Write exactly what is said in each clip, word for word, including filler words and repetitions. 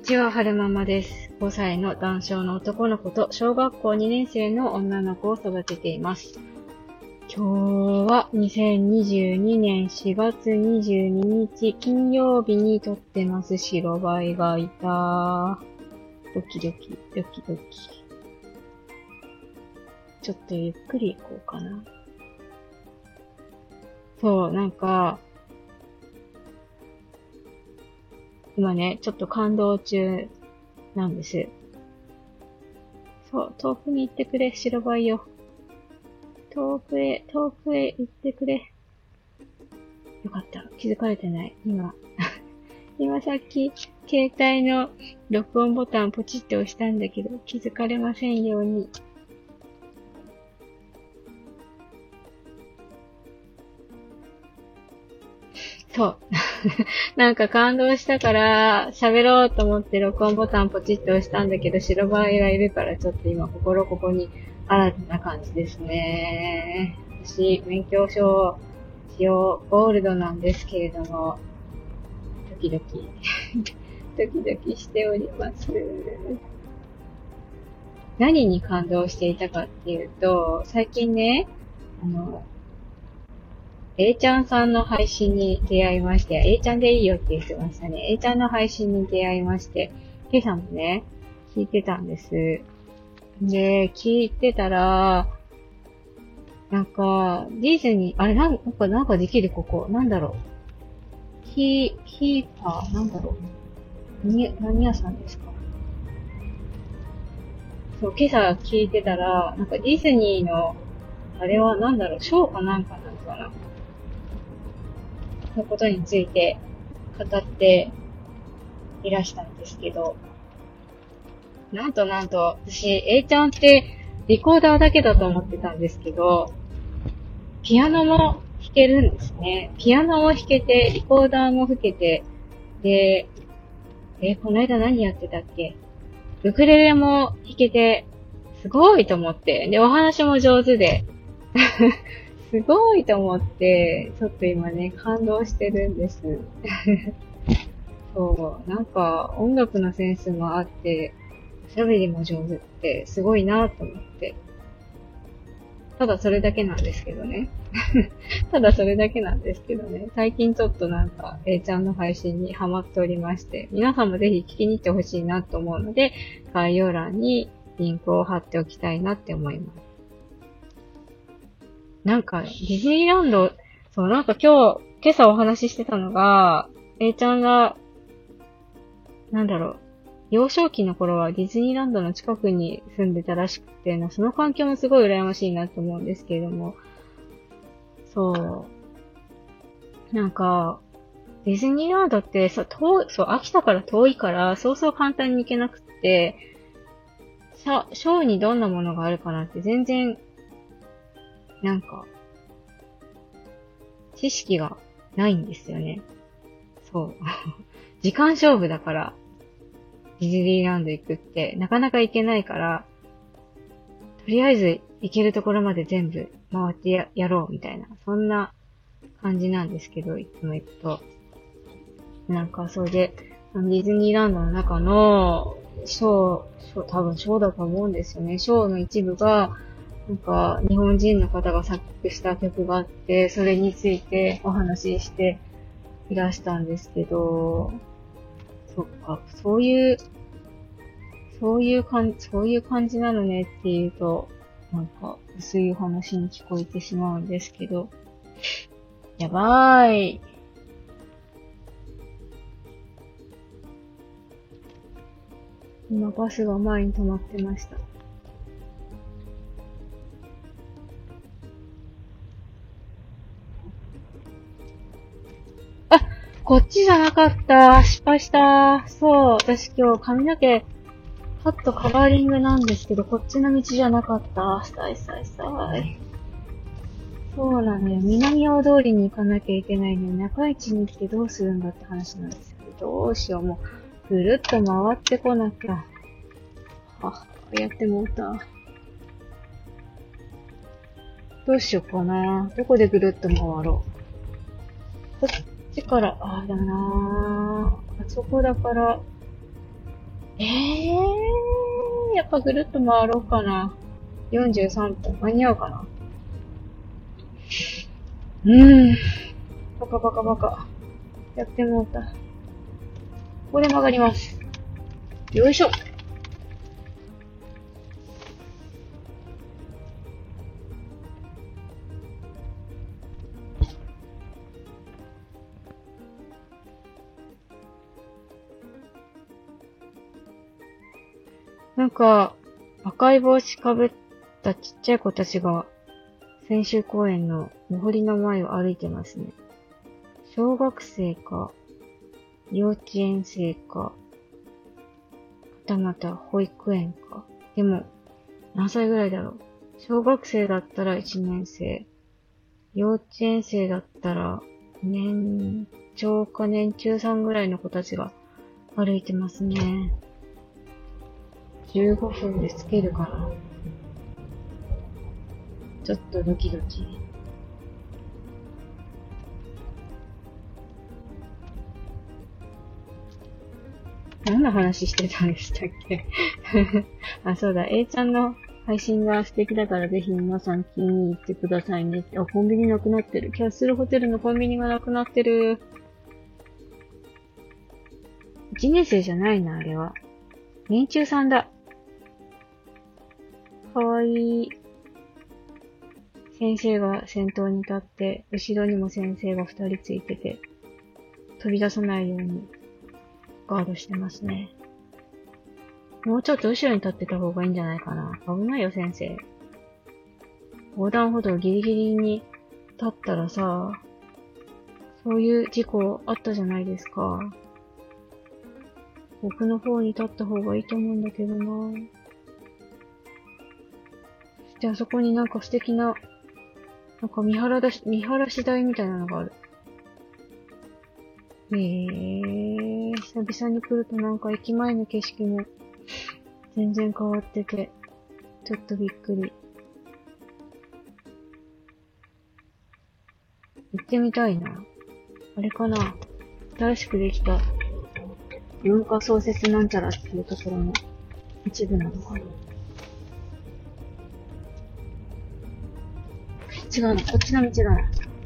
ちは、はるままです。ごさいの男性の男の子と小学校にねん生の女の子を育てています。今日はにせんにじゅうにねんしがつにじゅうににち金曜日に撮ってます。白バイがいた。ドキドキ、ドキドキ。ちょっとゆっくり行こうかな。そう、なんか、今ね、ちょっと感動中なんです。そう、遠くに行ってくれ、白バイよ。遠くへ、遠くへ行ってくれ。よかった。気づかれてない。今。今さっき、携帯の録音ボタンポチって押したんだけど、気づかれませんように。そう。なんか感動したから、喋ろうと思って録音ボタンポチって押したんだけど、白バイがいるからちょっと今心ここに新たな感じですね。私、免許証、一応ゴールドなんですけれども、ドキドキ、ドキドキしております。何に感動していたかっていうと、最近ね、あの、A ちゃんさんの配信に出会いまして、A ちゃんでいいよって言ってましたね。A ちゃんの配信に出会いまして、今朝もね、聞いてたんです。で、聞いてたら、なんか、ディズニー、あれなんか、なんかできるここ。なんだろう。ヒー、ヒーパー、なんだろう。何、何屋さんですか？そう、今朝聞いてたら、なんかディズニーの、あれはなんだろう、ショーかなんかなのかなのことについて語っていらしたんですけど、なんとなんと、私、A ちゃんってリコーダーだけだと思ってたんですけど、ピアノも弾けるんですね。ピアノも弾けて、リコーダーも吹けて、で、え、この間何やってたっけ？ウクレレも弾けて、すごいと思って、で、お話も上手で、すごいと思って、ちょっと今ね、感動してるんです。そう、なんか音楽のセンスもあって、おしゃべりも上手ってすごいなと思って。ただそれだけなんですけどね。ただそれだけなんですけどね。最近ちょっとなんか A ちゃんの配信にハマっておりまして、皆さんもぜひ聞きに行ってほしいなと思うので、概要欄にリンクを貼っておきたいなって思います。なんか、ディズニーランド、そう、なんか今日、今朝お話ししてたのが、A ちゃんが、なんだろう、幼少期の頃はディズニーランドの近くに住んでたらしくて、その環境もすごい羨ましいなと思うんですけれども、そう、なんか、ディズニーランドってさ、遠い、そう、秋田から遠いから、そうそう簡単に行けなくって、さ、ショーにどんなものがあるかなって全然、なんか、知識がないんですよね。そう。時間勝負だから、ディズニーランド行くって、なかなか行けないから、とりあえず行けるところまで全部回って や, やろうみたいな、そんな感じなんですけど、いつも行くと。なんか、それで、ディズニーランドの中の、ショー、ショー、多分ショーだと思うんですよね。ショーの一部が、なんか、日本人の方が作曲した曲があって、それについてお話ししていらしたんですけど、そっか、そういう、そういう感じ、そういう感じなのねっていうと、なんか、薄い話に聞こえてしまうんですけど、やばーい。今バスが前に止まってました。あ、こっちじゃなかった。失敗した。そう、私今日髪の毛、カットカバーリングなんですけど、こっちの道じゃなかった。さいさいさい。そうなのよ。南大通りに行かなきゃいけないのに、中市に来てどうするんだって話なんですけど、どうしよう。もう、ぐるっと回ってこなきゃ。あ、やってもうた。どうしようかな。どこでぐるっと回ろう。こっちから、あ、だなぁ。あそこだから、 ええー、やっぱぐるっと回ろうかな。よんじゅうさんぷん間に合うかな。うーん。バカバカバカ。やってもうた。ここで曲がります。よいしょ。なんか、赤い帽子かぶったちっちゃい子たちが、先週公園ののほりの前を歩いてますね。小学生か、幼稚園生か、はたまた保育園か。でも、何歳ぐらいだろう。小学生だったらいちねん生。幼稚園生だったら、年長か年中さんぐらいの子たちが歩いてますね。じゅうごふんでつけるかな。ちょっとドキドキ。何の話してたんでしたっけあ、そうだ。A ちゃんの配信が素敵だからぜひ皆さん聞きに行ってくださいね。あ、コンビニなくなってる。キャッスルホテルのコンビニがなくなってる。いちねん生じゃないな、あれは。年中さんだ。かわいい。先生が先頭に立って、後ろにも先生がふたりついてて、飛び出さないようにガードしてますね。もうちょっと後ろに立ってた方がいいんじゃないかな。危ないよ、先生。横断歩道ギリギリに立ったらさ、そういう事故あったじゃないですか。僕の方に立った方がいいと思うんだけどな。そしてあそこになんか素敵な、なんか見晴らし、見晴らし台みたいなのがある。えー、久々に来るとなんか駅前の景色も全然変わってて、ちょっとびっくり。行ってみたいな。あれかな。新しくできた四化創設なんちゃらっていうところの一部なのかな。違うの、こっちの道だな。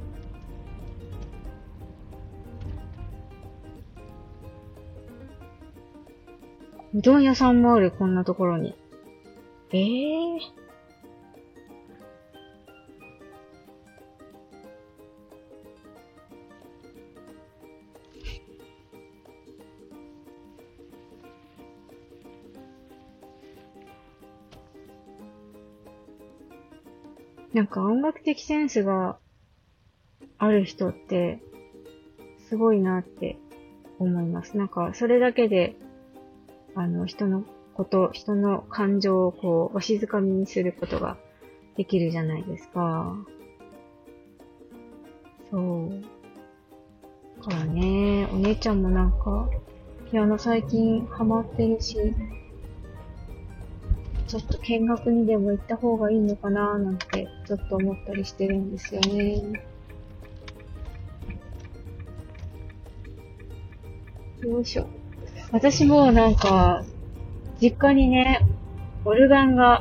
うどん屋さんもある、こんなところに。ええー。なんか音楽的センスがある人って、すごいなって思います。なんか、それだけで、あの、人のこと、人の感情をこう、わしづかみにすることができるじゃないですか。そう。だからね、お姉ちゃんもなんか、ピアノ最近ハマってるし、ちょっと見学にでも行った方がいいのかなーなんて、ちょっと思ったりしてるんですよね。よいしょ。私もなんか、実家にね、オルガンが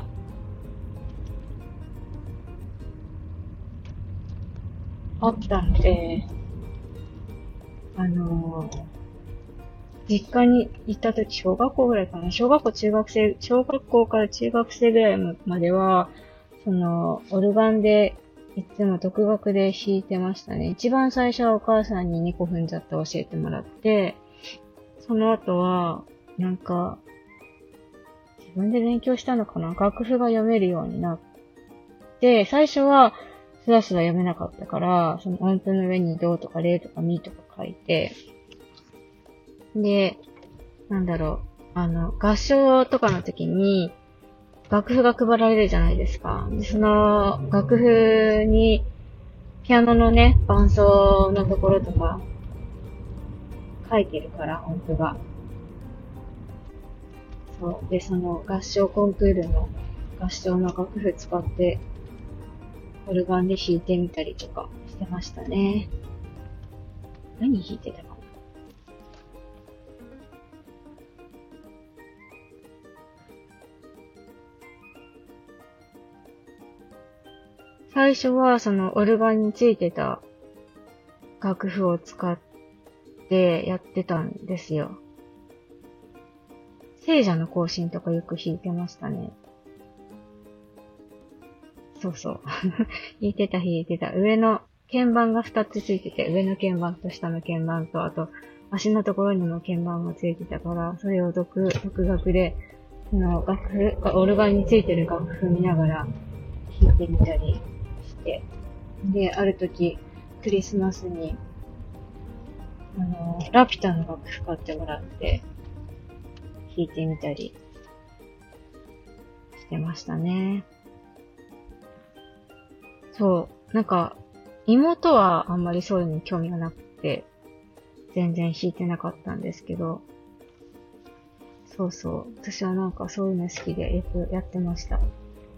あったんで、あのー、実家に行った時、小学校ぐらいかな。小学校、中学生、小学校から中学生ぐらいまでは、その、オルガンで、いつも独学で弾いてましたね。一番最初はお母さんににこ踏んじゃって教えてもらって、その後は、なんか、自分で勉強したのかな、楽譜が読めるようになって、最初は、スラスラ読めなかったから、その音符の上にドとかレとかミとか書いて、で、なんだろう、あの、合唱とかの時に、楽譜が配られるじゃないですか。で、その、楽譜に、ピアノのね、伴奏のところとか、書いてるから、音符が。そう。で、その、合唱コンクールの合唱の楽譜使って、オルガンで弾いてみたりとかしてましたね。何弾いてたかな。 最初はそのオルガンについてた楽譜を使ってやってたんですよ。聖者の行進とかよく弾いてましたね。そうそう。弾いてた弾いてた。上の鍵盤がふたつついてて、上の鍵盤と下の鍵盤と、あと足のところにも鍵盤がついてたから、それを独、独学で、その楽譜、オルガンについてる楽譜見ながら弾いてみたりして、で、ある時、クリスマスに、あの、ラピュタの楽譜買ってもらって、弾いてみたりしてましたね。そう。なんか、妹はあんまりそういうのに興味がなくて、全然弾いてなかったんですけど、そうそう。私はなんかそういうの好きでよくやってました。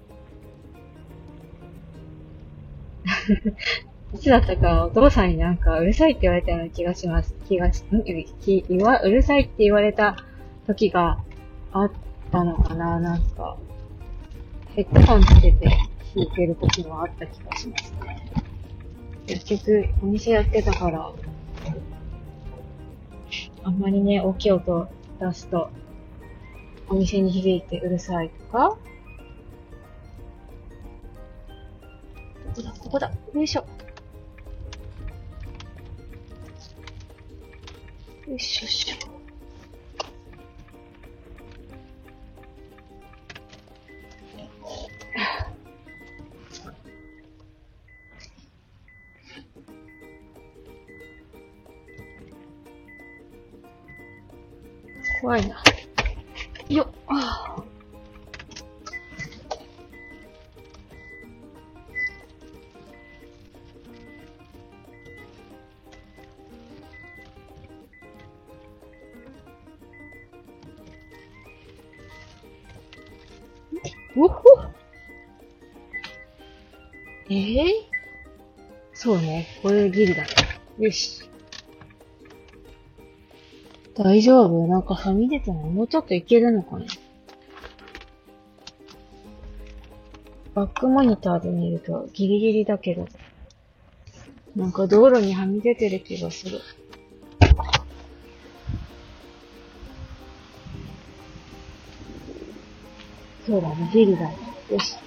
いつだったかお父さんになんかうるさいって言われたような気がします。気がし、んき言わ、うるさいって言われた時があったのかな、なんか。ヘッドホンつけて弾いてる時もあった気がしますね。結局、お店やってたから、あんまりね、大きい音出すと、お店に響いてうるさいとか。どこだ、ここだ、よいしょ。よいしょしょ。怖いな。よっ。ああ。おほえぇ、ー、そうね。これギリだね。よし。大丈夫？なんかはみ出てない？もうちょっといけるのかな？バックモニターで見るとギリギリだけど、なんか道路にはみ出てる気がする。そうだね、ギリだね。よし。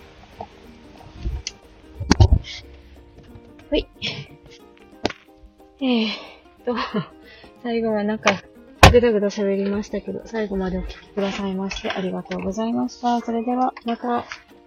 ほい。えーっと、最後はなんか、ぐだぐだ喋りましたけど、最後までお聞きくださいましてありがとうございました。それでは、また。